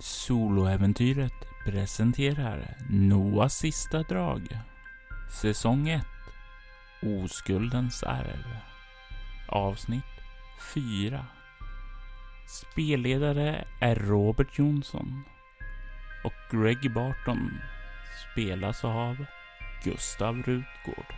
Soloäventyret presenterar Noahs sista drag. Säsong 1. Oskuldens arv. Avsnitt 4. Spelledare är Robert Jonsson och Greg Barton spelas av Gustav Rutgård.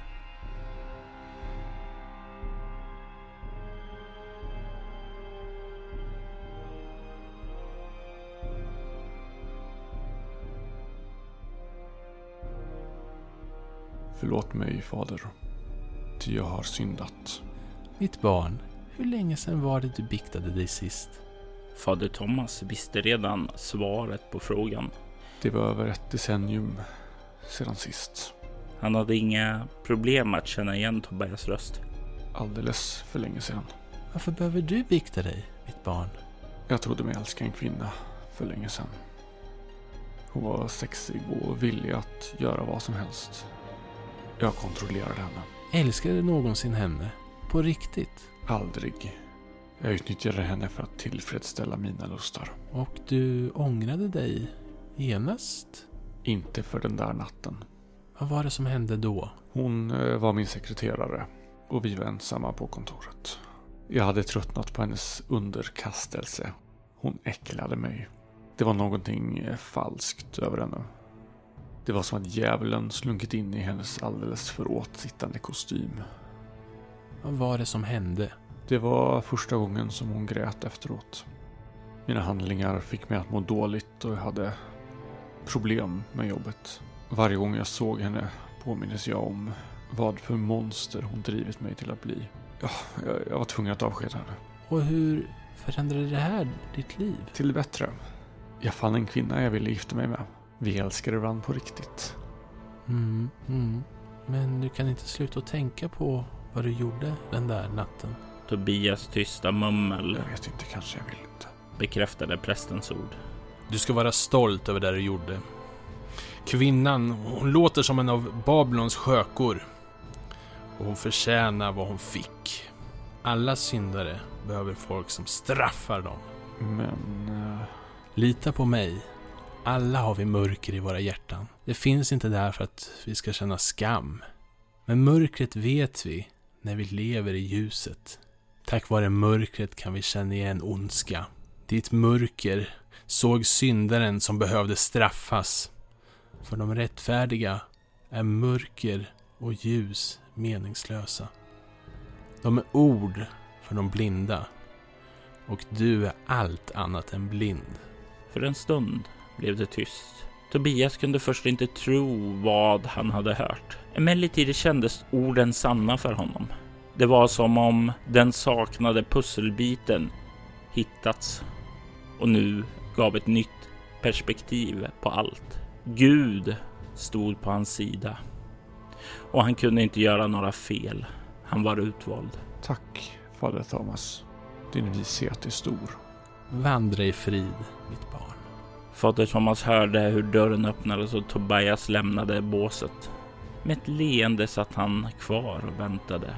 Förlåt mig, fader, ty jag har syndat. Mitt barn, hur länge sedan var det du biktade dig sist? Fader Thomas visste redan svaret på frågan. Det var över ett decennium sedan sist. Han hade inga problem att känna igen Tobias röst. Alldeles för länge sedan. Varför behöver du bikta dig, mitt barn? Jag trodde mig älska en kvinna för länge sedan. Hon var sexig och villig att göra vad som helst. Jag kontrollerade henne. Älskade du någonsin henne? På riktigt? Aldrig. Jag utnyttjade henne för att tillfredsställa mina lustar. Och du ångrade dig genast? Inte för den där natten. Vad var det som hände då? Hon var min sekreterare och vi var ensamma på kontoret. Jag hade tröttnat på hennes underkastelse. Hon äcklade mig. Det var någonting falskt över henne. Det var som att djävulen slunkit in i hennes alldeles för åtsittande kostym. Vad var det som hände? Det var första gången som hon grät efteråt. Mina handlingar fick mig att må dåligt och jag hade problem med jobbet. Varje gång jag såg henne påminnes jag om vad för monster hon drivit mig till att bli. Jag var tvungen att avskeda henne. Och hur förändrade det här ditt liv? Till det bättre. Jag fann en kvinna jag ville gifta mig med. Vi älskade varandra på riktigt. Men du kan inte sluta att tänka på vad du gjorde den där natten. Tobias tysta mummel Jag vet inte, kanske jag vill inte. bekräftade prästens ord. Du ska vara stolt över det du gjorde. Kvinnan, hon låter som en av Babylons skökor. Och hon förtjänar vad hon fick. Alla syndare behöver folk som straffar dem. Men... Lita på mig. Alla har vi mörker i våra hjärtan. Det finns inte där för att vi ska känna skam. Men mörkret vet vi när vi lever i ljuset. Tack vare mörkret kan vi känna igen ondska. Ditt mörker såg syndaren som behövde straffas. För de rättfärdiga är mörker och ljus meningslösa. De är ord för de blinda. Och du är allt annat än blind. För en stund blev det tyst. Tobias kunde först inte tro vad han hade hört. Emellertid kändes orden sanna för honom. Det var som om den saknade pusselbiten hittats och nu gav ett nytt perspektiv på allt. Gud stod på hans sida och han kunde inte göra några fel. Han var utvald. Tack, fader Thomas. Din vishet är stor. Vandra i frid, mitt barn. Fader Thomas hörde hur dörren öppnades och Tobias lämnade båset. Med ett leende satt han kvar och väntade.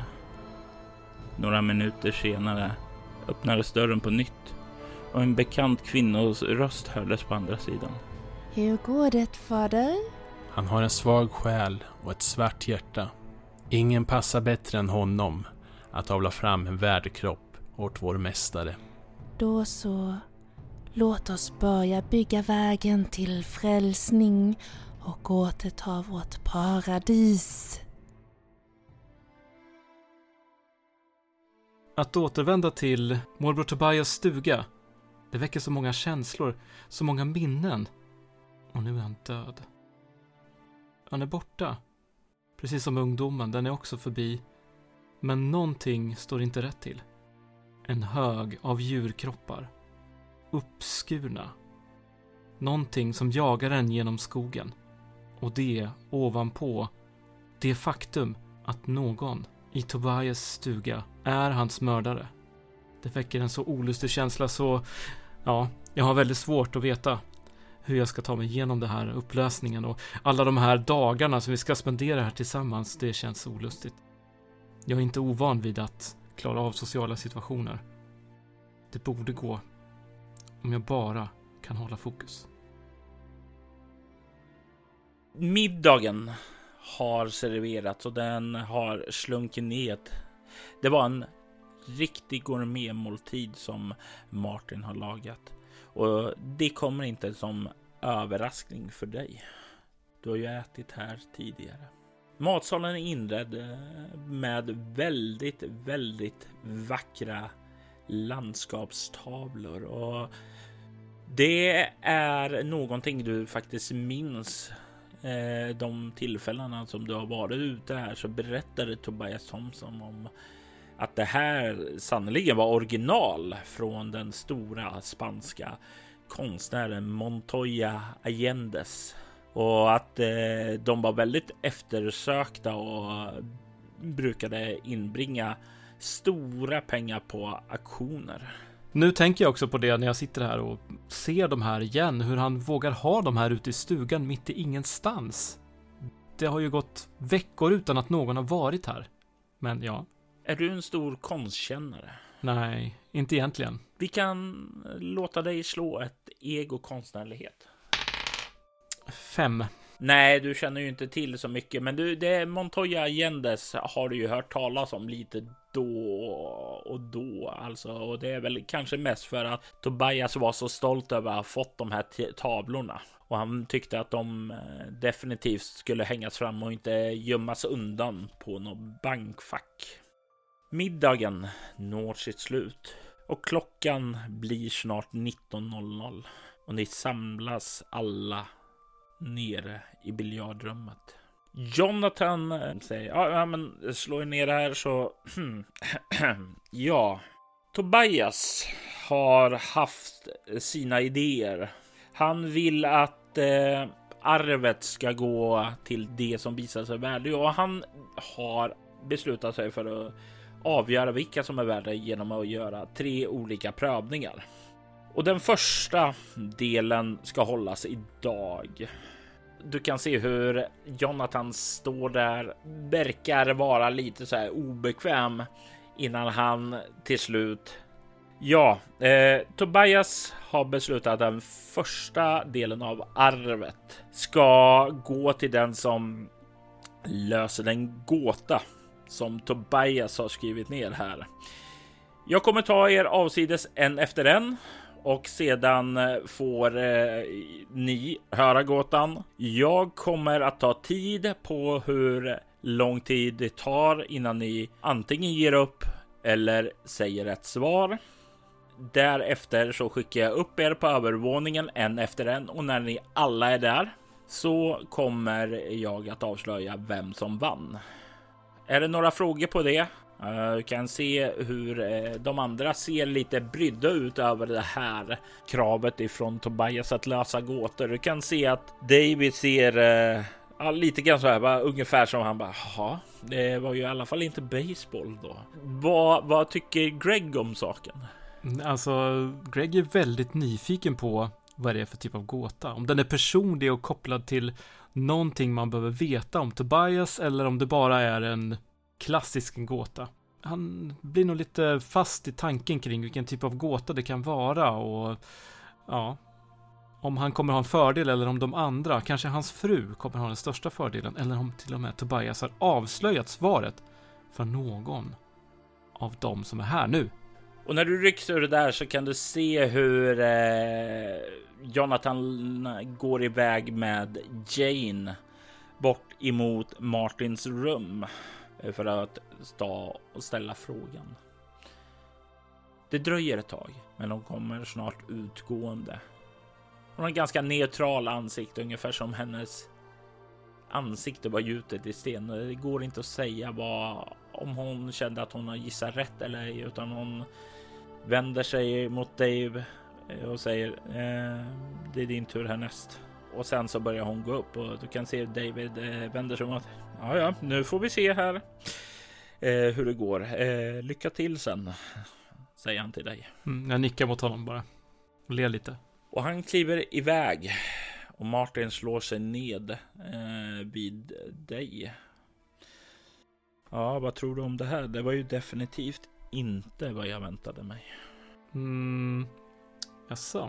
Några minuter senare öppnades dörren på nytt och en bekant kvinnos röst hördes på andra sidan. Hur går det, fader? Han har en svag själ och ett svart hjärta. Ingen passar bättre än honom att avla fram en värdekropp åt vår mästare. Då så, låt oss börja bygga vägen till frälsning och återta vårt paradis. Att återvända till morbror Tobias stuga, det väcker så många känslor, så många minnen. Och nu är han död. Han är borta. Precis som ungdomen, den är också förbi. Men någonting står inte rätt till. En hög av djurkroppar. Uppskurna. Någonting som jagar en genom skogen. Och det ovanpå det faktum att någon i Tobias stuga är hans mördare. Det väcker en så olustig känsla så... Ja, jag har väldigt svårt att veta hur jag ska ta mig igenom det här upplösningen och alla de här dagarna som vi ska spendera här tillsammans, det känns olustigt. Jag är inte ovan vid att klara av sociala situationer. Det borde gå om jag bara kan hålla fokus. Middagen har serverats och den har slunkit ned. Det var en riktig gourmetmåltid som Martin har lagat. Och det kommer inte som överraskning för dig. Du har ju ätit här tidigare. Matsalen är inredd med väldigt, väldigt vackra landskapstavlor. Och det är någonting du faktiskt minns. De tillfällena som du har varit ute här, så berättade Tobias Thompson om att det här sannoliken var original från den stora spanska konstnären Montoya Allendes. Och att de var väldigt eftersökta och brukade inbringa stora pengar på auktioner. Nu tänker jag också på det när jag sitter här och ser de här igen. Hur han vågar ha de här ute i stugan mitt i ingenstans. Det har ju gått veckor utan att någon har varit här. Men ja. Är du en stor konstkännare? Nej, inte egentligen. Vi kan låta dig slå ett ego konstnärlighet. 5. Nej, du känner ju inte till så mycket. Men det är Montoya Allendes har du ju hört talas om lite då och då. Alltså, och det är väl kanske mest för att Tobias var så stolt över att ha fått de här tavlorna. Och han tyckte att de definitivt skulle hängas fram och inte gömmas undan på något bankfack. Middagen når sitt slut och klockan blir snart 19:00 och ni samlas alla nere i biljardrummet. Jonathan säger, ja men slå er ner här så ja, Tobias har haft sina idéer. Han vill att arvet ska gå till det som visar sig värde, och han har beslutat sig för att avgöra vilka som är värda genom att göra 3 olika prövningar. Och den första delen ska hållas idag. Du kan se hur Jonathan står där, verkar vara lite så här obekväm innan han till slut... Ja, Tobias har beslutat att den första delen av arvet ska gå till den som löser den gåta som Tobias har skrivit ner här. Jag kommer ta er avsides en efter en och sedan får ni höra gåtan. Jag kommer att ta tid på hur lång tid det tar innan ni antingen ger upp eller säger rätt svar. Därefter så skickar jag upp er på övervåningen en efter en, och när ni alla är där så kommer jag att avslöja vem som vann. Är det några frågor på det? Du kan se hur de andra ser lite brydda ut över det här kravet ifrån Tobias att lösa gåtor. Du kan se att David ser lite grann så här, ungefär som han bara, jaha, det var ju i alla fall inte baseball då. Vad tycker Greg om saken? Alltså, Greg är väldigt nyfiken på vad det är för typ av gåta. Om den är personlig och kopplad till någonting man behöver veta om Tobias, eller om det bara är en klassisk gåta. Han blir nog lite fast i tanken kring vilken typ av gåta det kan vara, och ja, om han kommer ha en fördel eller om de andra, kanske hans fru, kommer ha den största fördelen, eller om till och med Tobias har avslöjat svaret för någon av dem som är här nu. Och när du rycks ur det där så kan du se hur Jonathan går iväg med Jane bort emot Martins rum för att ställa frågan. Det dröjer ett tag, men de kommer snart utgående. Hon har en ganska neutral ansikte, ungefär som hennes ansikte var gjutet i sten. Det går inte att säga om hon kände att hon har gissat rätt eller ej, utan hon vänder sig mot Dave och säger det är din tur härnäst. Och sen så börjar hon gå upp och du kan se David vänder sig mot, ja, nu får vi se här hur det går. Lycka till sen, säger han till dig. Jag nickar mot honom bara och ler lite. Och han kliver iväg och Martin slår sig ned vid dig. Ja, vad tror du om det här? Det var ju definitivt inte vad jag väntade mig. Jaså?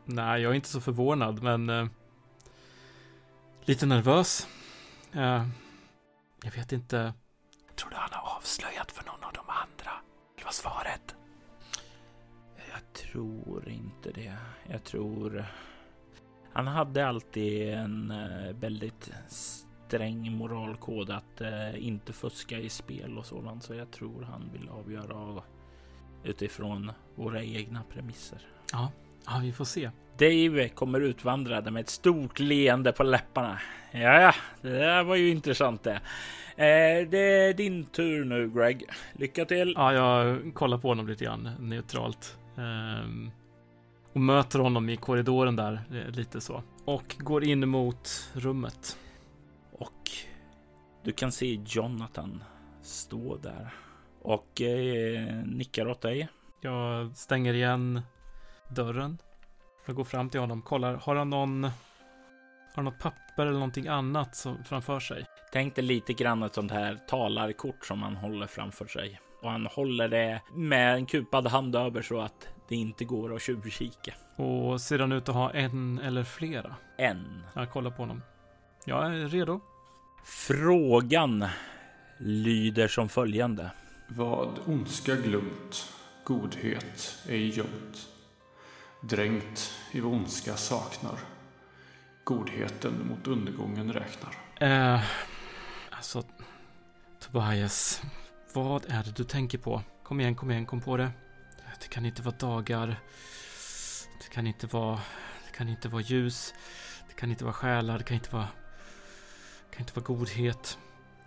Nej, jag är inte så förvånad, men lite nervös. Jag vet inte. Tror du han har avslöjat för någon av de andra? Det var svaret. Jag tror inte det. Jag tror... Han hade alltid en väldigt sträng moralkod att inte fuska i spel och sådant. Så jag tror han vill avgöra utifrån våra egna premisser. Ja, vi får se. Dave kommer utvandrade med ett stort leende på läpparna. Ja, det där var ju intressant det. Det är din tur nu, Greg. Lycka till. Ja, jag kollar på honom lite grann neutralt. Och möter honom i korridoren där, lite så. Och går in mot rummet. Och du kan se Jonathan stå där och nickar åt dig. Jag stänger igen dörren. Jag går fram till honom, kollar. Har han något papper eller någonting annat framför sig? Tänk dig lite grann ett sånt här talarkort som han håller framför sig. Och han håller det med en kupad hand över så att det inte går att tjuvkika. Och ser han ut att ha en eller flera? En. Jag kollar på honom. Jag är redo. Frågan lyder som följande. Vad ondska glömt, godhet ej gömt. Dränkt i vad ondska saknar. Godheten mot undergången räknar. Alltså, Tobias, vad är det du tänker på? Kom igen, kom på det. Det kan inte vara dagar. Det kan inte vara ljus. Det kan inte vara själar. Det kan inte vara godhet.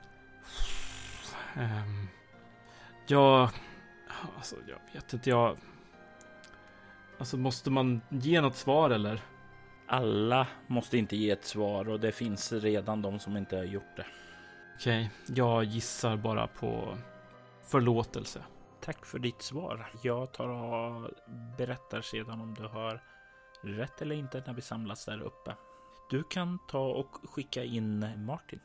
Jag vet inte, alltså, måste man ge något svar eller? Alla måste inte ge ett svar och det finns redan de som inte har gjort det. Okej, jag gissar bara på förlåtelse. Tack för ditt svar. Jag tar och berättar sedan om du har rätt eller inte när vi samlas där uppe. Du kan ta och skicka in Martin.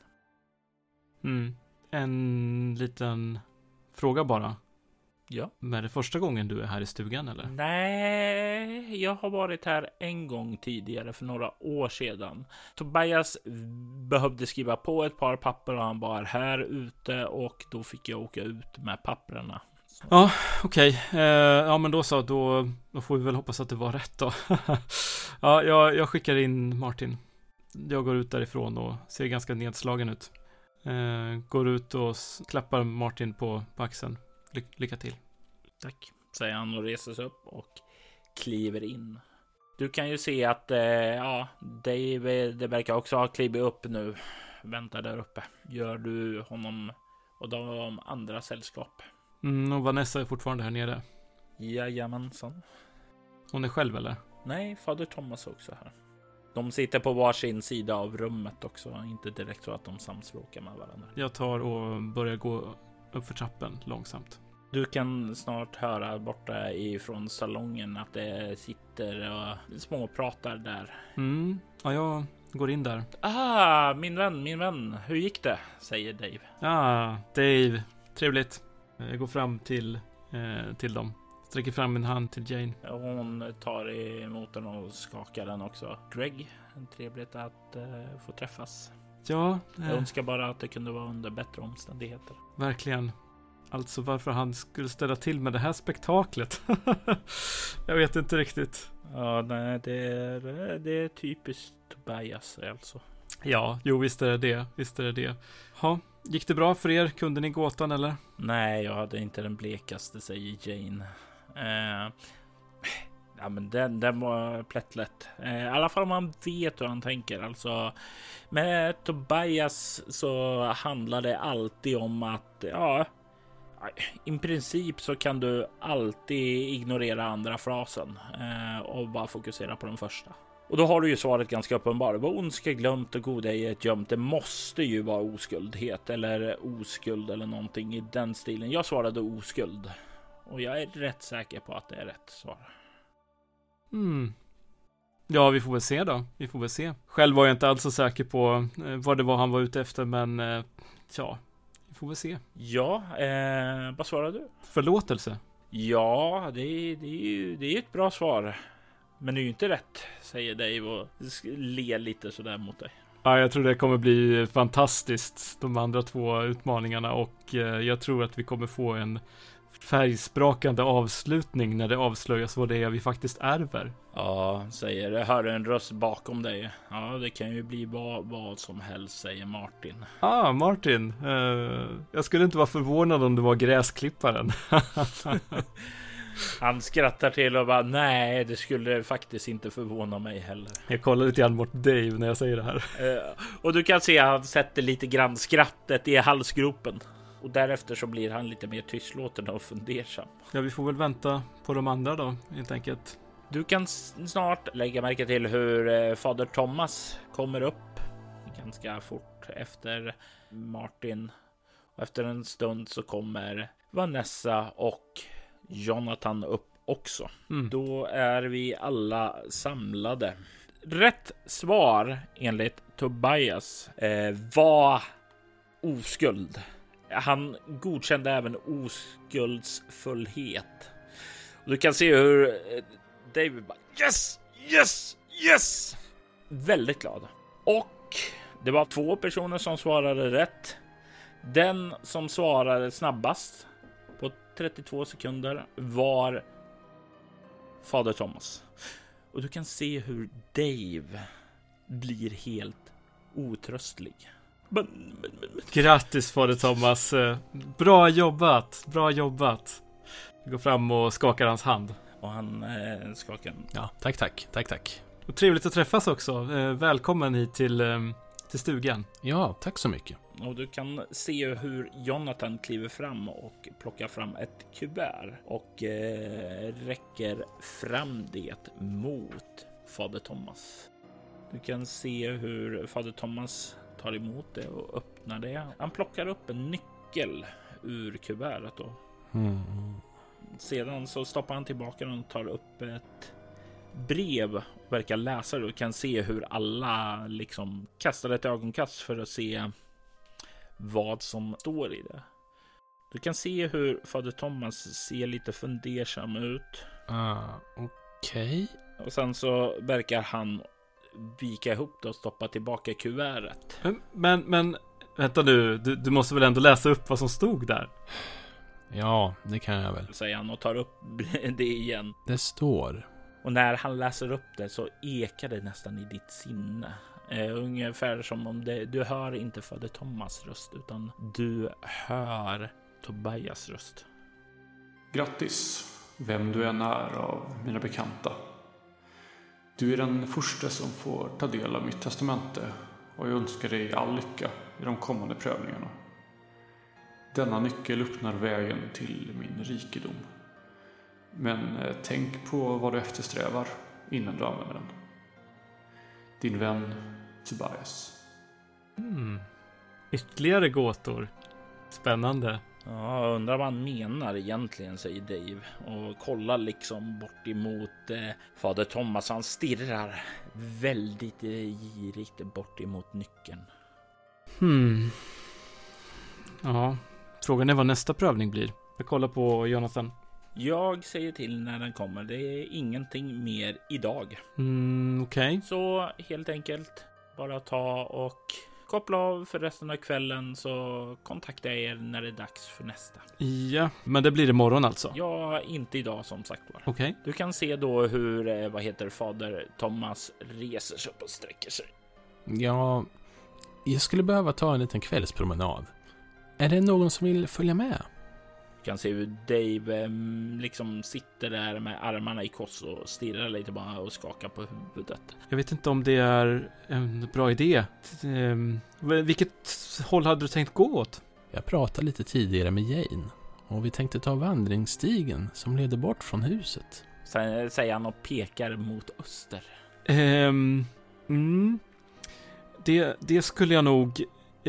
En liten fråga bara. Ja. Men är det första gången du är här i stugan eller? Nej, jag har varit här en gång tidigare för några år sedan. Tobias behövde skriva på ett par papper och han var här ute och då fick jag åka ut med papperna. Så. Ja, okej. Ja, men då får vi väl hoppas att det var rätt då. Ja, jag skickar in Martin. Jag går ut därifrån och ser ganska nedslagen ut. Går ut och klappar Martin på axeln. Lycka till. Tack, säger han och reser sig upp och kliver in. Du kan ju se att Dave, det verkar också ha klivit upp nu. Väntar där uppe. Gör du honom och de andra sällskap? Och Vanessa är fortfarande här nere. Jajamensan. Hon är själv eller? Nej, fader Thomas är också här. De sitter på varsin sida av rummet också. Inte direkt så att de samspråkar med varandra. Jag tar och börjar gå upp för trappen långsamt. Du kan snart höra borta ifrån salongen att det sitter och småpratar där. Ja, jag går in där. Min vän. Hur gick det? Säger Dave. Dave. Trevligt. Jag går fram till dem. Sträcker fram min hand till Jane. Hon tar emot den och skakar den också. Greg, trevligt att få träffas. Ja. Jag önskar bara att det kunde vara under bättre omständigheter. Verkligen. Alltså varför han skulle ställa till med det här spektaklet. Jag vet inte riktigt. Ja, nej, det är typiskt Tobias alltså. Ja, jo visst är det det. Ja, gick det bra för er? Kunde ni gåtan eller? Nej, jag hade inte den blekaste, säger Jane. Ja, men den var plättlätt. I alla fall om man vet hur han tänker. Alltså, med Tobias så handlar det alltid om att i princip så kan du alltid ignorera andra frasen och bara fokusera på den första. Och då har du ju svaret ganska uppenbart. Vad ondska glömt och godhet gömt, det måste ju vara oskuldhet eller oskuld eller någonting i den stilen. Jag svarade oskuld. Och jag är rätt säker på att det är rätt svar. Ja, vi får väl se då. Själv var jag inte alls så säker på vad det var han var ute efter, men vi får väl se. Ja, vad svarade du? Förlåtelse. Ja, det är ett bra svar. Men det är ju inte rätt, säger Dave och ler lite sådär mot dig. Ja, jag tror det kommer bli fantastiskt, de andra 2 utmaningarna, och jag tror att vi kommer få en färgsprakande avslutning när det avslöjas vad det är vi faktiskt ärver. Ja, säger jag. Hör en röst bakom dig. Ja, det kan ju bli vad som helst, säger Martin. Martin. Jag skulle inte vara förvånad om det var gräsklipparen. Han skrattar till och bara, nej, det skulle faktiskt inte förvåna mig heller. Jag kollar lite grann mot Dave när jag säger det här. Och du kan se att han sätter lite grann skrattet i halsgropen. Och därefter så blir han lite mer tystlåten och fundersam. Ja, vi får väl vänta på de andra då, helt enkelt. Du kan snart lägga märke till hur fader Thomas kommer upp ganska fort efter Martin. Och efter en stund så kommer Vanessa och Jonathan upp också. Då är vi alla samlade. Rätt svar enligt Tobias var oskuld. Han godkände även oskuldsfullhet. Och du kan se hur David bara yes! Väldigt glad. Och det var 2 personer som svarade rätt. Den som svarade snabbast på 32 sekunder var fader Thomas. Och du kan se hur Dave blir helt otröstlig. Grattis fader Thomas. Bra jobbat. Vi går fram och skakar hans hand. Och han skakar. Ja, tack. Och trevligt att träffas också. Välkommen hit till stugan. Ja, tack så mycket. Och du kan se hur Jonathan kliver fram och plockar fram ett kuvert och räcker fram det mot fader Thomas. Du kan se hur fader Thomas tar emot det och öppnar det. Han plockar upp en nyckel ur kuvertet då. Sedan så stoppar han tillbaka den och tar upp ett brev och verkar läsa det. Du kan se hur alla liksom kastar ett ögonkast för att se vad som står i det. Du kan se hur fader Thomas ser lite fundersam ut. Okej. Och sen så verkar han vika ihop det och stoppa tillbaka kuvertet. Men vänta nu, du måste väl ändå läsa upp vad som stod där? Ja, det kan jag väl. Säger han och tar upp det igen. Det står. Och när han läser upp det så ekar det nästan i ditt sinne. Ungefär som om du hör inte fader Thomas röst utan du hör Tobias röst. Grattis, vem du än är av mina bekanta. Du är den första som får ta del av mitt testamente och jag önskar dig all lycka i de kommande prövningarna. Denna nyckel öppnar vägen till min rikedom. Men tänk på vad du eftersträvar innan du använder den. Din vän Tobias. Ytterligare gåtor. Spännande. Ja, undrar vad han menar egentligen, säger Dave. Och kollar liksom bort emot fader Thomas. Han stirrar väldigt girigt bort emot nyckeln. Ja, frågan är vad nästa prövning blir. Jag kollar på Jonathan. Jag säger till när den kommer. Det är ingenting mer idag. Okej. Så helt enkelt bara ta och koppla av för resten av kvällen, så kontakta er när det är dags för nästa. Ja, men det blir imorgon alltså? Ja, inte idag som sagt var. Okej. Du kan se då hur, fader Thomas reser sig upp och sträcker sig. Ja, jag skulle behöva ta en liten kvällspromenad. Är det någon som vill följa med? Du kan se hur Dave liksom sitter där med armarna i kors och stirrar lite bara och skakar på huvudet. Jag vet inte om det är en bra idé. Vilket håll hade du tänkt gå åt? Jag pratade lite tidigare med Jane och vi tänkte ta vandringsstigen som leder bort från huset. Sen säger han och pekar mot öster. Det skulle jag nog...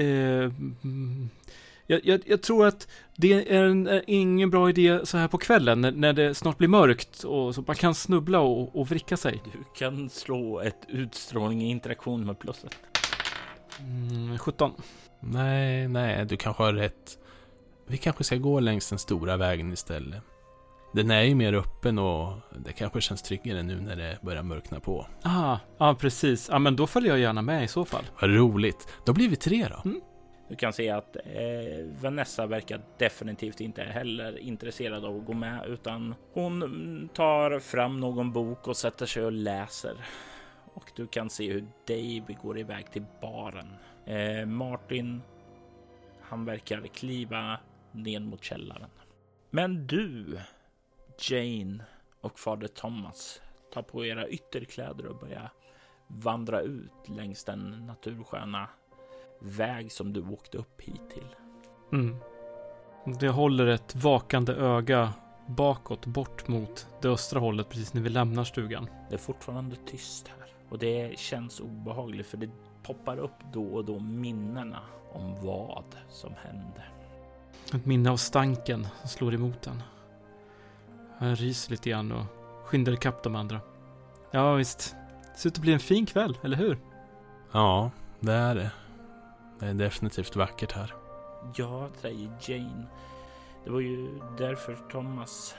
Jag tror att det är ingen bra idé så här på kvällen när det snart blir mörkt och så man kan snubbla och vricka sig. Du kan slå ett utstrålning i interaktion med plusset. 17. Nej, du kanske har rätt. Vi kanske ska gå längs den stora vägen istället. Den är ju mer öppen och det kanske känns tryggare nu när det börjar mörkna på. Ja, precis. Ja, men då följer jag gärna med i så fall. Vad roligt. Då blir vi 3 då. Du kan se att Vanessa verkar definitivt inte heller intresserad av att gå med, utan hon tar fram någon bok och sätter sig och läser. Och du kan se hur Dave går iväg till baren. Martin, han verkar kliva ner mot källaren. Men du, Jane och fader Thomas, tar på era ytterkläder och börjar vandra ut längs den natursköna väg som du åkte upp hit till. Det håller ett vakande öga bakåt, bort mot det östra hållet precis när vi lämnar stugan. Det är fortfarande tyst här och det känns obehagligt, för det poppar upp då och då minnena om vad som hände. Ett minne av stanken som slår emot en. Jag ryser lite grann och skyndar ikapp de andra. Ja visst, det ser ut att bli en fin kväll, eller hur? Ja, det är det. Det är definitivt vackert här. Ja, säger Jane. Det var ju därför Thomas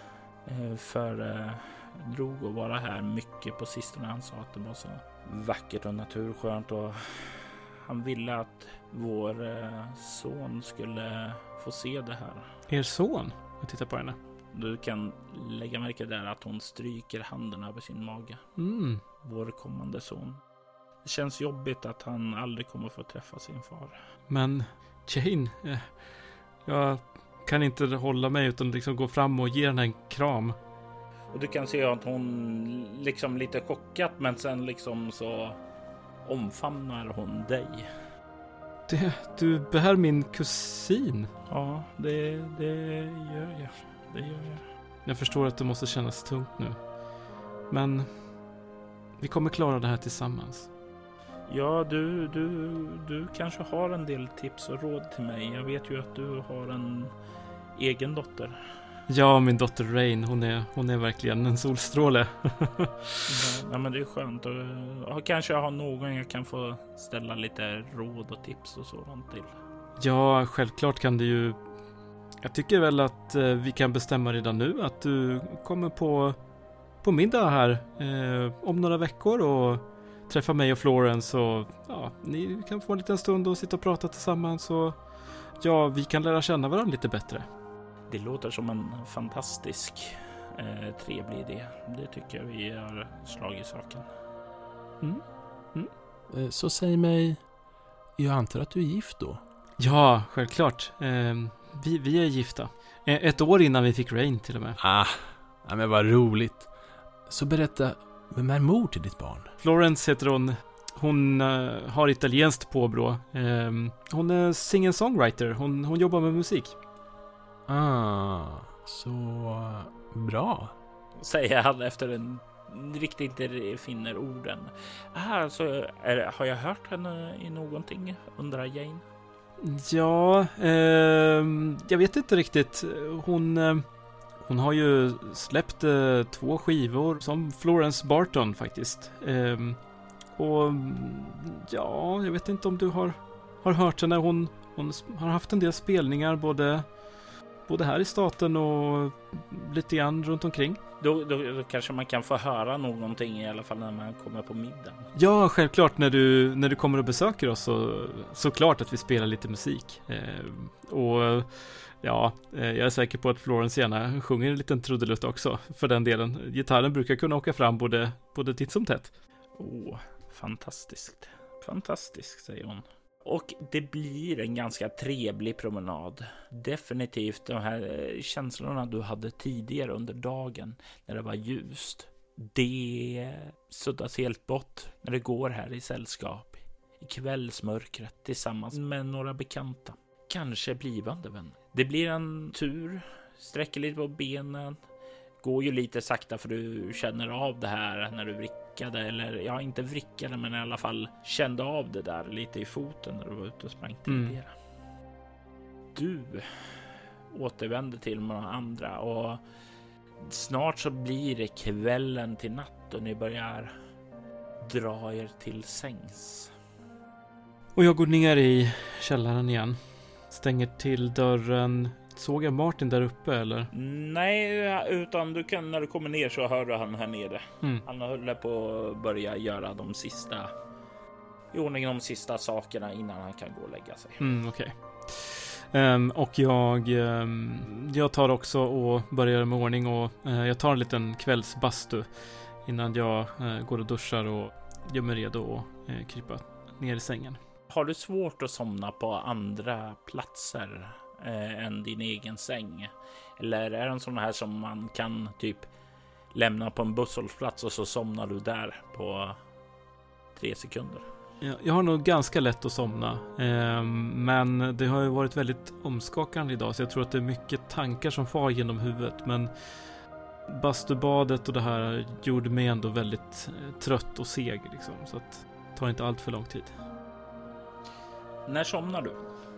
föredrog att vara här mycket på sistone. Han sa att det var så vackert och naturskönt och han ville att vår son skulle få se det här. Er son? Jag tittar på henne. Du kan lägga märke där att hon stryker handen över sin mage. Vår kommande son. Det känns jobbigt att han aldrig kommer få träffa sin far. Men Jane, jag kan inte hålla mig utan liksom gå fram och ge henne en kram. Och du kan se att hon liksom lite chockat, men sen liksom så omfamnar hon dig. Du bär min kusin. Ja, det gör jag. Det gör jag. Jag förstår att det måste kännas tungt nu. Men vi kommer klara det här tillsammans. Ja, du kanske har en del tips och råd till mig. Jag vet ju att du har en egen dotter. Ja, min dotter Rain, hon är verkligen en solstråle. Ja, men det är skönt. Och kanske jag har någon jag kan få ställa lite råd och tips och sådant till. Ja, självklart kan du ju. Jag tycker väl att vi kan bestämma redan nu att du kommer på middag här om några veckor och träffa mig och Florence och ja, ni kan få en liten stund och sitta och prata tillsammans och ja, vi kan lära känna varandra lite bättre. Det låter som en fantastisk trevlig idé. Det tycker jag vi har slag i saken. Så säg mig, jag antar att du är gift då? Ja, självklart. Vi är gifta. 1 år innan vi fick Rain till och med. Ja, men vad roligt. Så berätta, vem är mor till ditt barn? Florence heter hon. Hon har italienskt påbrå. Hon är singer-songwriter. Hon jobbar med musik. Så bra. Säger han efter en riktigt inte finner orden. Så har jag hört henne i någonting, undrar Jane. Ja, jag vet inte riktigt. Hon har ju släppt 2 skivor som Florence Barton faktiskt. Och ja, jag vet inte om du har hört henne. Hon har haft en del spelningar både här i staten och lite grann runt omkring. Då kanske man kan få höra någonting i alla fall när man kommer på middag. Ja, självklart när du kommer och besöker oss så klart att vi spelar lite musik. Och ja, jag är säker på att Florence gärna sjunger en liten trudelutt också för den delen. Gitarren brukar kunna åka fram både titt som tätt. Fantastiskt. Fantastiskt, säger hon. Och det blir en ganska trevlig promenad. Definitivt de här känslorna du hade tidigare under dagen när det var ljust. Det suddas helt bort när det går här i sällskap. I kvällsmörkret tillsammans med några bekanta. Kanske blivande vän. Det blir en tur. Sträcker lite på benen. Går ju lite sakta för du känner av det här när du vrickade. Eller ja, inte vrickade men i alla fall kände av det där lite i foten när du var ute och sprang tidigare. Du återvänder till några andra och snart så blir det kvällen till natt och ni börjar dra er till sängs. Och jag går ner i källaren igen. Stänger till dörren, Såg jag Martin där uppe eller? Nej, utan du kan, när du kommer ner så hör du han här nere. Mm. Han håller på att börja göra i ordning de sista sakerna innan han kan gå och lägga sig. Okej. Och jag tar också och börjar med ordning och jag tar en liten kvällsbastu innan jag går och duschar och gör mig redo att krypa ner i sängen. Har du svårt att somna på andra platser än din egen säng? Eller är det en sån här som man kan typ lämna på en busshållplats och så somnar du där på 3 sekunder? Jag har nog ganska lätt att somna, men det har ju varit väldigt omskakande idag så jag tror att det är mycket tankar som far genom huvudet, men bastubadet och det här gjorde mig ändå väldigt trött och seg liksom, så att det tar inte allt för lång tid. När somnar du?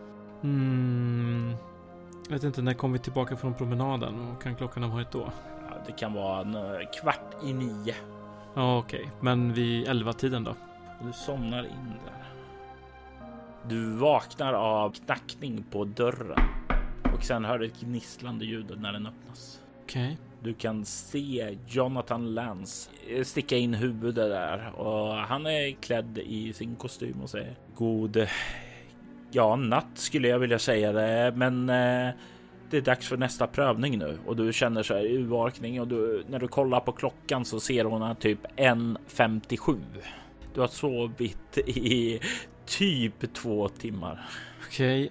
Jag vet inte, när kom vi tillbaka från promenaden och kan klockan ha varit då? Ja, det kan vara 8:45. Ja, okej. Men vid 11-tiden då? Du somnar in där. Du vaknar av knackning på dörren och sen hör du ett gnisslande ljud när den öppnas. Okej. Du kan se Jonathan Lance sticka in huvudet där och han är klädd i sin kostym och säger god natt skulle jag vilja säga det, men det är dags för nästa prövning nu. Och du känner så här urvakning och när du kollar på klockan så ser hon typ 1:57. Du har sovit i typ 2 timmar. Okej.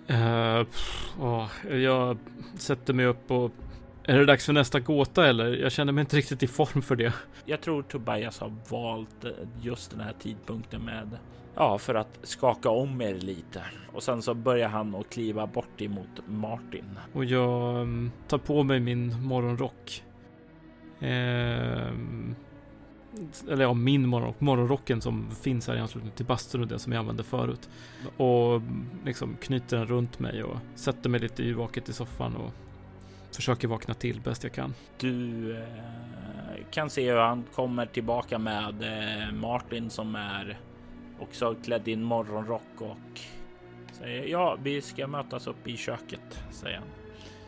Jag sätter mig upp och... Är det dags för nästa gåta eller? Jag känner mig inte riktigt i form för det. Jag tror Tobias har valt just den här tidpunkten med... för att skaka om er lite. Och sen så börjar han att kliva bort emot Martin. Och jag tar på mig min morgonrock. Min morgonrocken som finns här i anslutning till bastun och det som jag använde förut. Och liksom knyter den runt mig och sätter mig lite yrvaket i soffan och försöker vakna till bäst jag kan. Du kan se hur han kommer tillbaka med Martin som är också klädd i en morgonrock och säger vi ska mötas upp i köket, säger han.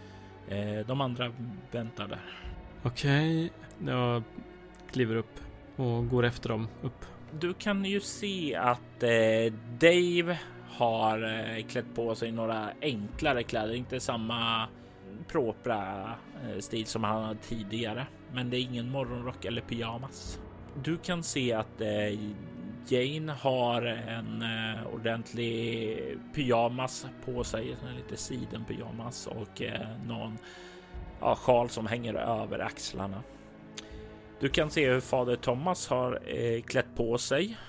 De andra väntar där. Okej, jag kliver upp och går efter dem upp. Du kan ju se att Dave har klätt på sig några enklare kläder, inte samma propra stil som han hade tidigare, men det är ingen morgonrock eller pyjamas. Du kan se att Jane har en ordentlig pyjamas på sig, en lite sidenpyjamas och någon sjal som hänger över axlarna. Du kan se hur fader Thomas har klätt på sig.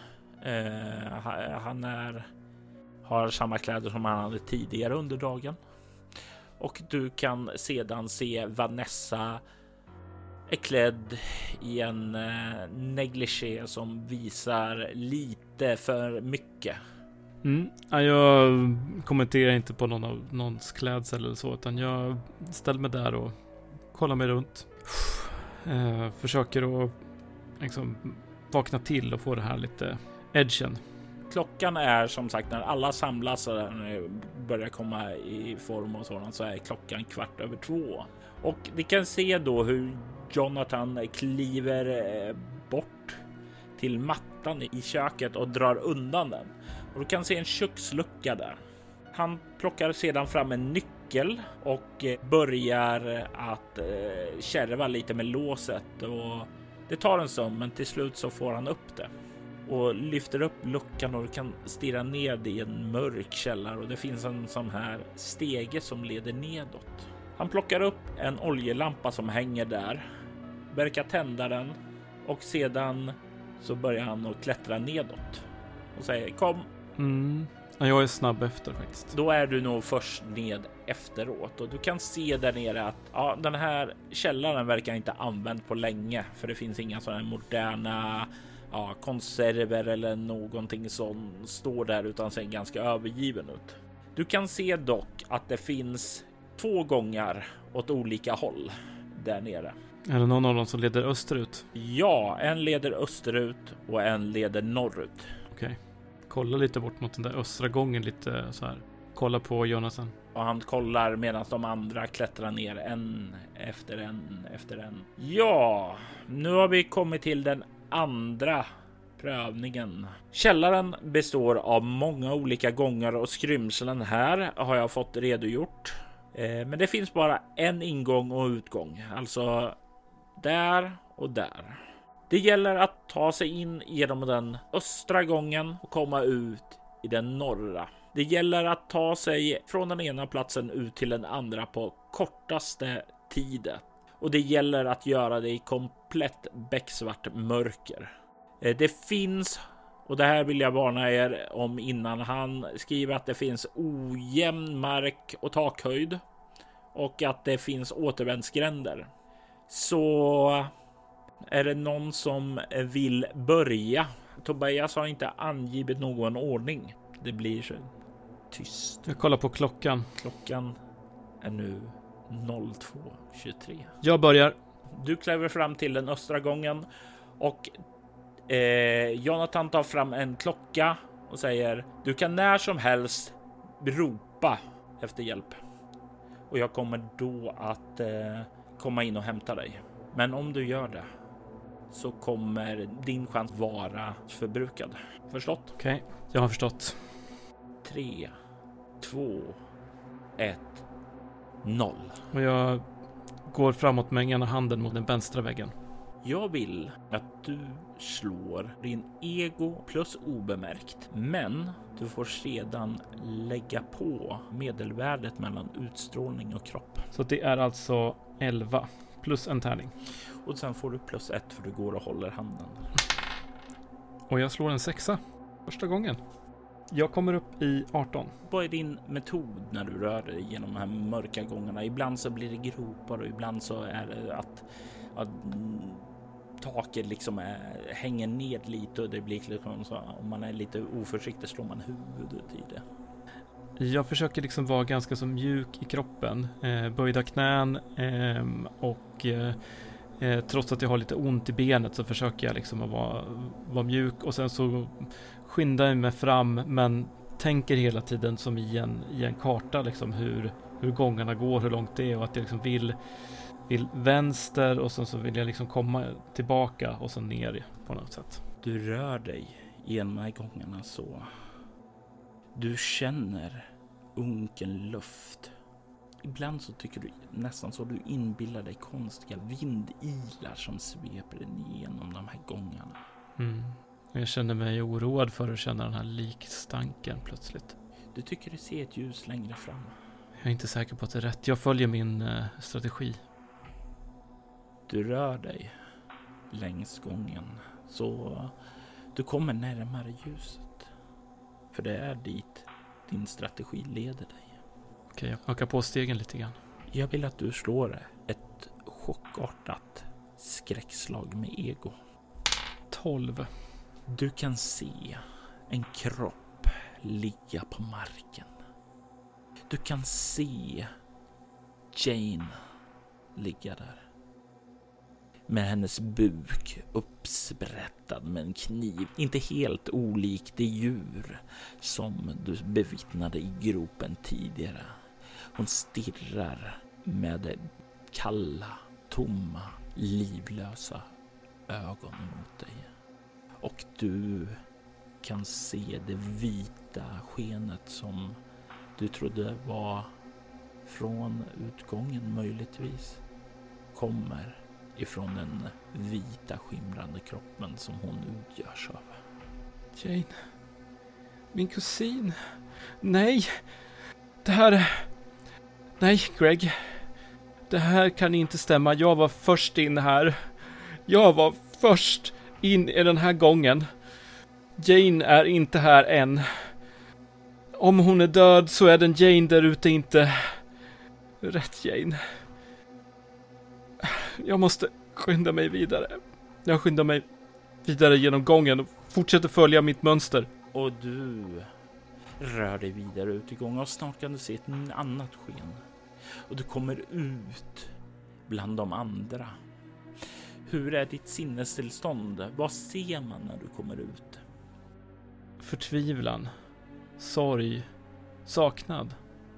Han har samma kläder som han hade tidigare under dagen. Och du kan sedan se Vanessa är klädd i en negligé som visar lite för mycket. Jag kommenterar inte på någons klädsel eller så, utan jag ställer mig där och kollar mig runt. Försöker att liksom vakna till och få det här lite edgen. Klockan är som sagt, när alla samlas och börjar komma i form och sådant, så är klockan 2:15. Och vi kan se då hur Jonathan kliver bort till mattan i köket och drar undan den. Och du kan se en kökslucka där. Han plockar sedan fram en nyckel och börjar att kärva lite med låset. Och det tar en stund, men till slut så får han upp det. Och lyfter upp luckan och du kan stirra ned i en mörk källare. Och det finns en sån här stege som leder nedåt. Han plockar upp en oljelampa som hänger där. Verkar tända den. Och sedan så börjar han att klättra nedåt. Och säger kom. Ja, jag är snabb efter faktiskt. Då är du nog först ned efteråt. Och du kan se där nere att den här källaren verkar inte använd på länge. För det finns inga sådana moderna konserver eller någonting som står där, utan ser ganska övergiven ut. Du kan se dock att det finns 2 gångar åt olika håll där nere. Är det någon av dem som leder österut? Ja, en leder österut och en leder norrut. Okej. Kolla lite bort mot den där östra gången lite så här kollar på Jonathan. Och han kollar medan de andra klättrar ner en efter en. Ja, nu har vi kommit till den andra prövningen. Källaren består av många olika gångar och skrymslen. Här har jag fått redogjort. Men det finns bara en ingång och utgång. Alltså där och där. Det gäller att ta sig in genom den östra gången och komma ut i den norra. Det gäller att ta sig från den ena platsen ut till den andra på kortaste tiden. Och det gäller att göra det i komplett becksvart mörker. Det finns, och det här vill jag varna er om innan, han skriver att det finns ojämn mark och takhöjd. Och att det finns återvändsgränder. Så är det någon som vill börja? Tobias har inte angivit någon ordning. Det blir så tyst. Jag kollar på klockan. Klockan är nu 02:23. Jag börjar. Du kliver fram till den östra gången och Jonathan tar fram en klocka och säger: du kan när som helst ropa efter hjälp. Och jag kommer då att komma in och hämta dig. Men om du gör det så kommer din chans vara förbrukad. Förstått? Okej, jag har förstått. 3, 2, 1, 0. Och jag går framåt med ena handen mot den vänstra väggen. Jag vill att du slår din ego plus obemärkt. Men du får sedan lägga på medelvärdet mellan utstrålning och kropp. Så det är alltså 11 plus en tärning. Och sen får du plus 1 för du går och håller handen. Och jag slår en 6 första gången. Jag kommer upp i 18. Vad är din metod när du rör dig genom de här mörka gångarna? Ibland så blir det gropar och ibland så är det att taket liksom hänger ned lite och det blir liksom så, om man är lite oförsiktig slår man huvudet i det. Jag försöker liksom vara ganska så mjuk i kroppen. Böjda knän och trots att jag har lite ont i benet så försöker jag liksom att vara mjuk och sen så skyndar jag mig fram men tänker hela tiden som i en karta liksom hur gångarna går, hur långt det är och att jag liksom vill vänster och sen så vill jag liksom komma tillbaka och så ner på något sätt. Du rör dig genom de här gångarna så. Du känner unken luft. Ibland så tycker du nästan så du inbillar dig konstiga vindilar som sveper igenom de här gångarna. Jag känner mig oroad för att känna den här likstanken plötsligt. Du tycker du ser ett ljus längre fram. Jag är inte säker på att det är rätt. Jag följer min strategi. Du rör dig längs gången så du kommer närmare ljuset. För det är dit din strategi leder dig. Okej, jag hakar på stegen lite grann. Jag vill att du slår ett chockartat skräckslag med ego. 12. Du kan se en kropp ligga på marken. Du kan se Jane ligga där. Med hennes buk uppsprättad med en kniv. Inte helt olik det djur som du bevittnade i gropen tidigare. Hon stirrar med kalla, tomma, livlösa ögon mot dig. Och du kan se det vita skenet som du trodde var från utgången möjligtvis kommer ifrån den vita skimrande kroppen som hon utgörs av. Jane. Min kusin. Nej. Det här... Nej, Greg. Det här kan inte stämma. Jag var först in här. Jag var först in i den här gången. Jane är inte här än. Om hon är död så är den Jane där ute inte rätt Jane. Jag måste skynda mig vidare. Jag skyndar mig vidare genom gången och fortsätter följa mitt mönster. Och du rör dig vidare ut i gången och snart kan du se ett annat sken. Och du kommer ut bland de andra. Hur är ditt sinnestillstånd? Vad ser man när du kommer ut? Förtvivlan, sorg, saknad.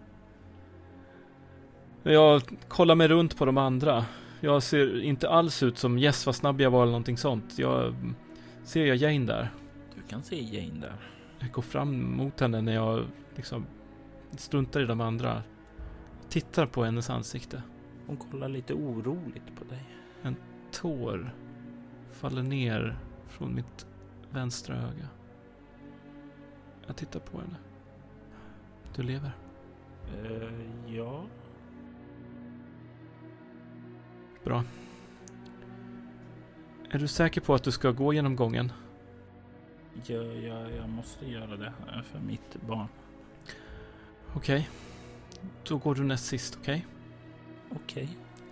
Jag kollar mig runt på de andra. Jag ser inte alls ut som Jess, vad snabb jag var eller någonting sånt. Ser jag Jane där? Du kan se Jane där. Jag går fram mot henne när jag liksom struntar i de andra. Tittar på hennes ansikte. Hon kollar lite oroligt på dig. En tår faller ner från mitt vänstra öga. Jag tittar på henne. Du lever? Ja. Bra. Är du säker på att du ska gå genom gången? Jag måste göra det för mitt barn. Okej. Då går du näst sist, okej? Okej.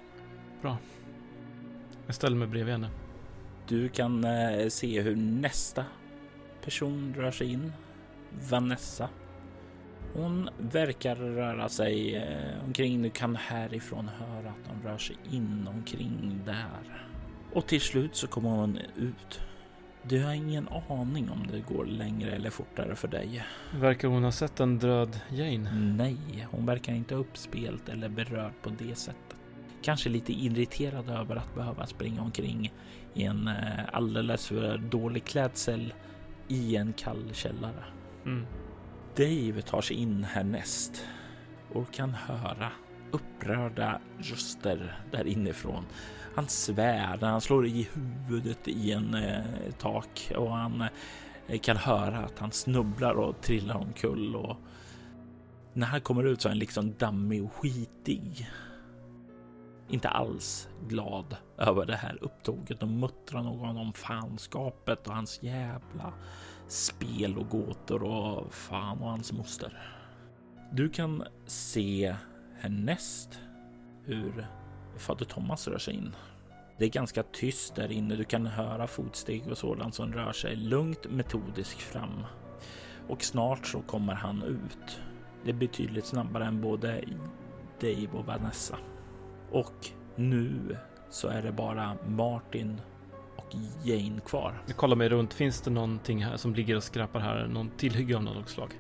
Jag ställer mig bredvid henne. Du kan se hur nästa person rör sig in. Vanessa. Hon verkar röra sig omkring. Du kan härifrån höra att de rör sig in omkring där. Och till slut så kommer hon ut. Du har ingen aning om det går längre eller fortare för dig. Verkar hon ha sett en död Jane? Nej, hon verkar inte uppspelt eller berörd på det sättet. Kanske lite irriterad över att behöva springa omkring i en alldeles för dålig klädsel i en kall källare. Dave tar sig in härnäst och kan höra upprörda röster där inifrån. Han svär när han slår i huvudet i en tak och han kan höra att han snubblar och trillar omkull, och när han kommer ut så är han liksom dammig och skitig. Inte alls glad över det här upptåget och muttrar någon om fanskapet och hans jävla spel och gåtor och fan och hans moster. Du kan se härnäst hur fader Thomas rör sig in. Det är ganska tyst där inne. Du kan höra fotsteg och sådant som rör sig lugnt metodiskt fram. Och snart så kommer han ut. Det är betydligt snabbare än både Dave och Vanessa. Och nu så är det bara Martin och Jane kvar. Jag kollar mig runt. Finns det någonting här som ligger och skrappar här? Någon tillhygge av något slag?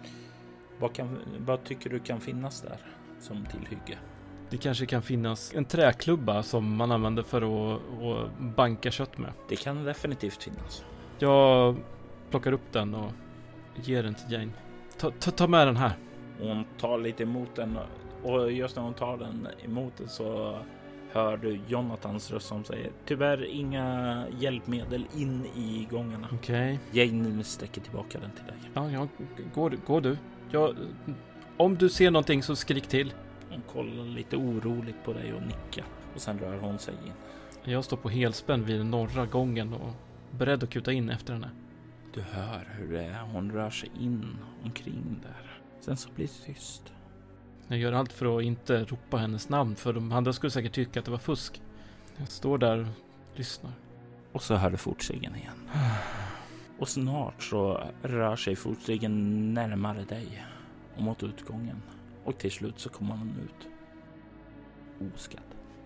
Vad tycker du kan finnas där som tillhygge? Det kanske kan finnas en träklubba som man använder för att banka kött med. Det kan definitivt finnas. Jag plockar upp den och ger den till Jane. Ta med den här. Hon tar lite emot den, och just när hon tar den emot den så hör du Jonathans röst som säger: tyvärr inga hjälpmedel in i gångarna. Okej. Jane sträcker tillbaka den till dig. Ja, gå du. Om du ser någonting så skrik till. Hon kollar lite oroligt på dig och nickar, och sen rör hon sig in. Jag står på helspänn vid den norra gången och beredd att kuta in efter henne. Du hör hur hon rör sig in omkring där. Sen så blir det tyst. Jag gör allt för att inte ropa hennes namn, för de andra skulle säkert tycka att det var fusk. Jag står där och lyssnar. Och så hör du fotstegen igen. Och snart så rör sig fotstegen närmare dig och mot utgången. Och till slut så kommer hon ut oskadd.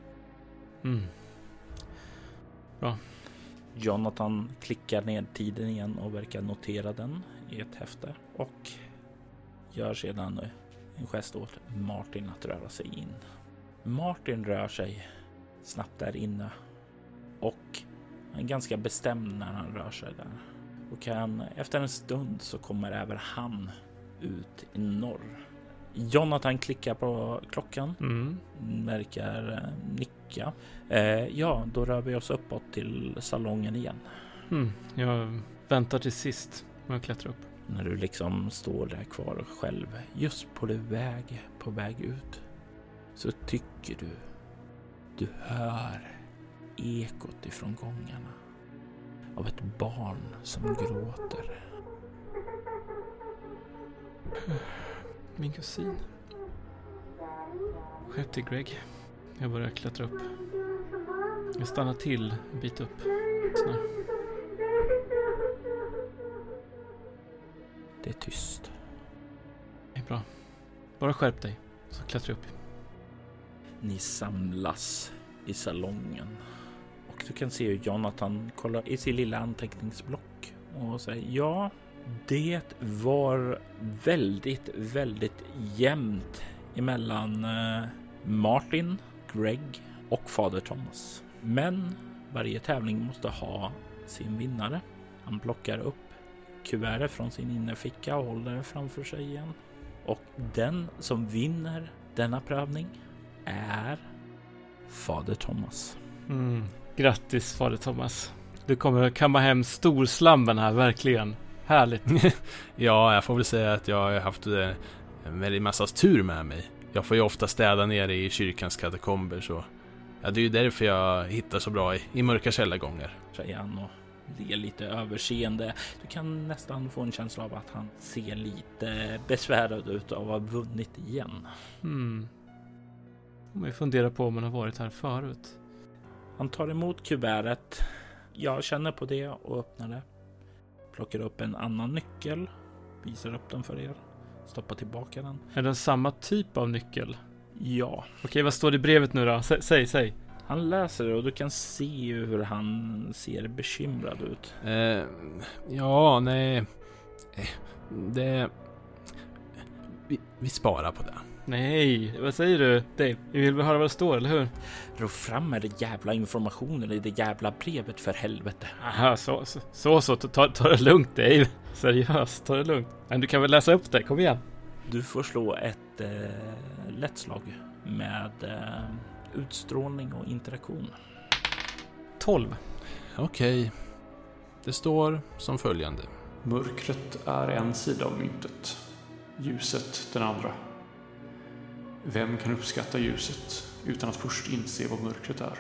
Bra. Jonathan klickar ner tiden igen och verkar notera den i ett häfte. Och gör sedan en gest åt Martin att röra sig in. Martin rör sig snabbt där inne. Och är ganska bestämd när han rör sig där. Och efter en stund så kommer även han ut i norr. Jonathan klickar på klockan. Verkar nicka. Ja, då rör vi oss uppåt till salongen igen. Jag väntar till sist med att klättra upp. När du liksom står där kvar själv, just på väg ut, så tycker du hör ekot ifrån gångarna av ett barn som gråter. Min kusin. Skärp dig, Greg. Jag börjar klättra upp. Jag stannar till en bit upp. Sådär. Det är tyst. Det är bra. Bara skärp dig, så klättrar jag upp. Ni samlas i salongen. Och du kan se hur Jonathan kollar i sin lilla anteckningsblock och säger: ja, Det var väldigt, väldigt jämnt emellan Martin, Greg och Fader Thomas. Men varje tävling måste ha sin vinnare. Han plockar upp kuvertet från sin innerficka och håller det framför sig igen. Och den som vinner denna prövning är Fader Thomas. Grattis Fader Thomas. Du kommer kamma hem storslammen här, verkligen. Härligt. Ja, jag får väl säga att jag har haft en väldigt massa tur med mig. Jag får ju ofta städa nere i kyrkans katakomber, så ja, det är ju därför jag hittar så bra i mörka källargångar. Säger han och ler lite överseende. Du kan nästan få en känsla av att han ser lite besvärad ut av att ha vunnit igen. Om jag funderar på om man har varit här förut. Han tar emot kuvertet. Jag känner på det och öppnar det. Plockar upp en annan nyckel. Visar upp den för er. Stoppar tillbaka den. Är det samma typ av nyckel? Ja. Okej, vad står det i brevet nu då? Säg. Han läser det och du kan se hur han ser bekymrad ut. Ja, nej. Vi sparar på det. Nej, vad säger du? Dave, vi vill väl höra vad det står, eller hur? Rå fram med det jävla informationen i det jävla brevet för helvete. Aha, så. Ta det lugnt, Dave. Seriöst, ta det lugnt. Men du kan väl läsa upp det, kom igen. Du får slå ett lätt slag med utstrålning och interaktion. 12. Okej. Det står som följande. Mörkret är en sida av myntet. Ljuset den andra. Vem kan uppskatta ljuset utan att först inse vad mörkret är?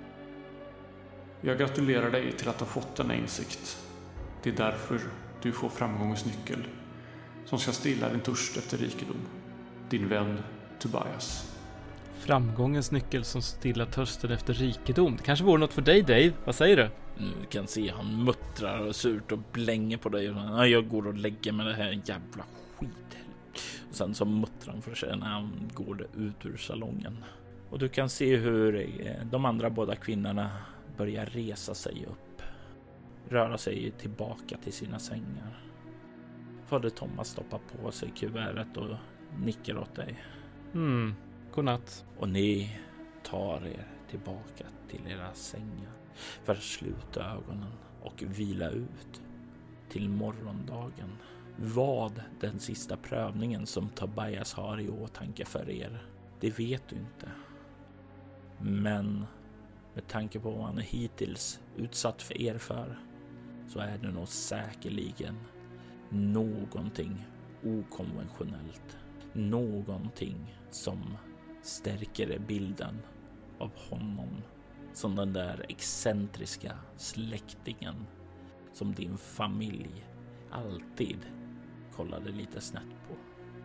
Jag gratulerar dig till att ha fått denna insikt. Det är därför du får framgångens nyckel som ska stilla din törst efter rikedom. Din vän Tobias. Framgångens nyckel som stillar törsten efter rikedom. Det kanske vore något för dig, Dave. Vad säger du? Du kan se han muttrar och surt och blänger på dig. Jag går och lägger med det här jävla skit. Och sen så muttrar han för sig när han går ut ur salongen. Och du kan se hur de andra båda kvinnorna börjar resa sig upp. Röra sig tillbaka till sina sängar. Fader Thomas stoppar på sig kuvertet och nickar åt dig. Godnatt. Och ni tar er tillbaka till era sängar för att sluta ögonen och vila ut till morgondagen. Vad den sista prövningen som Tobias har i åtanke för er, det vet du inte. Men med tanke på vad han hittills utsatt för er för, så är det nog säkerligen någonting okonventionellt. Någonting som stärker bilden av honom som den där excentriska släktingen som din familj alltid kollade lite snett på.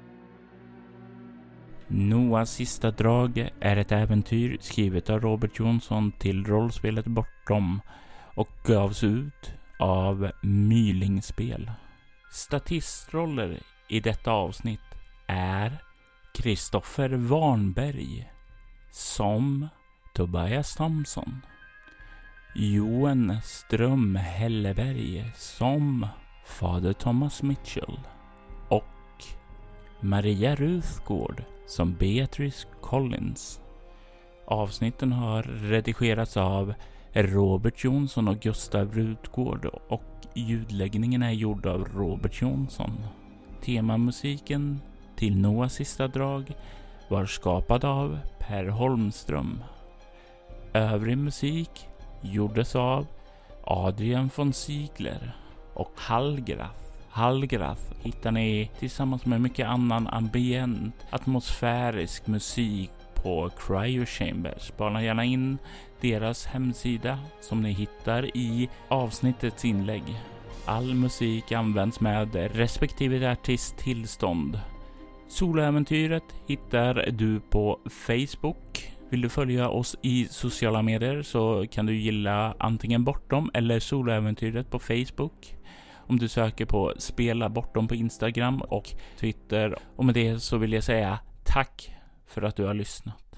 Noahs sista drag är ett äventyr skrivet av Robert Jonsson till rollspelet Bortom och gavs ut av Mylingspel. Statistroller i detta avsnitt är Kristoffer Warnberg som Tobias Thompson, Johan Ström Helleberg som Fader Thomas Mitchell och Maria Ruthgård som Beatrice Collins. Avsnitten har redigerats av Robert Jonsson och Gustav Rutgård och ljudläggningen är gjord av Robert Jonsson. Temamusiken till Noahs sista drag var skapad av Per Holmström. Övrig musik gjordes av Adrian von Ziegler och Hallgrath. Hallgrath hittar ni tillsammans med mycket annan ambient, atmosfärisk musik på Cryo Chambers. Spana gärna in deras hemsida som ni hittar i avsnittets inlägg. All musik används med respektive artist tillstånd. Soloäventyret hittar du på Facebook. Vill du följa oss i sociala medier så kan du gilla antingen Bortom eller Soloäventyret på Facebook. Om du söker på Spela Bortom på Instagram och Twitter. Och med det så vill jag säga tack för att du har lyssnat.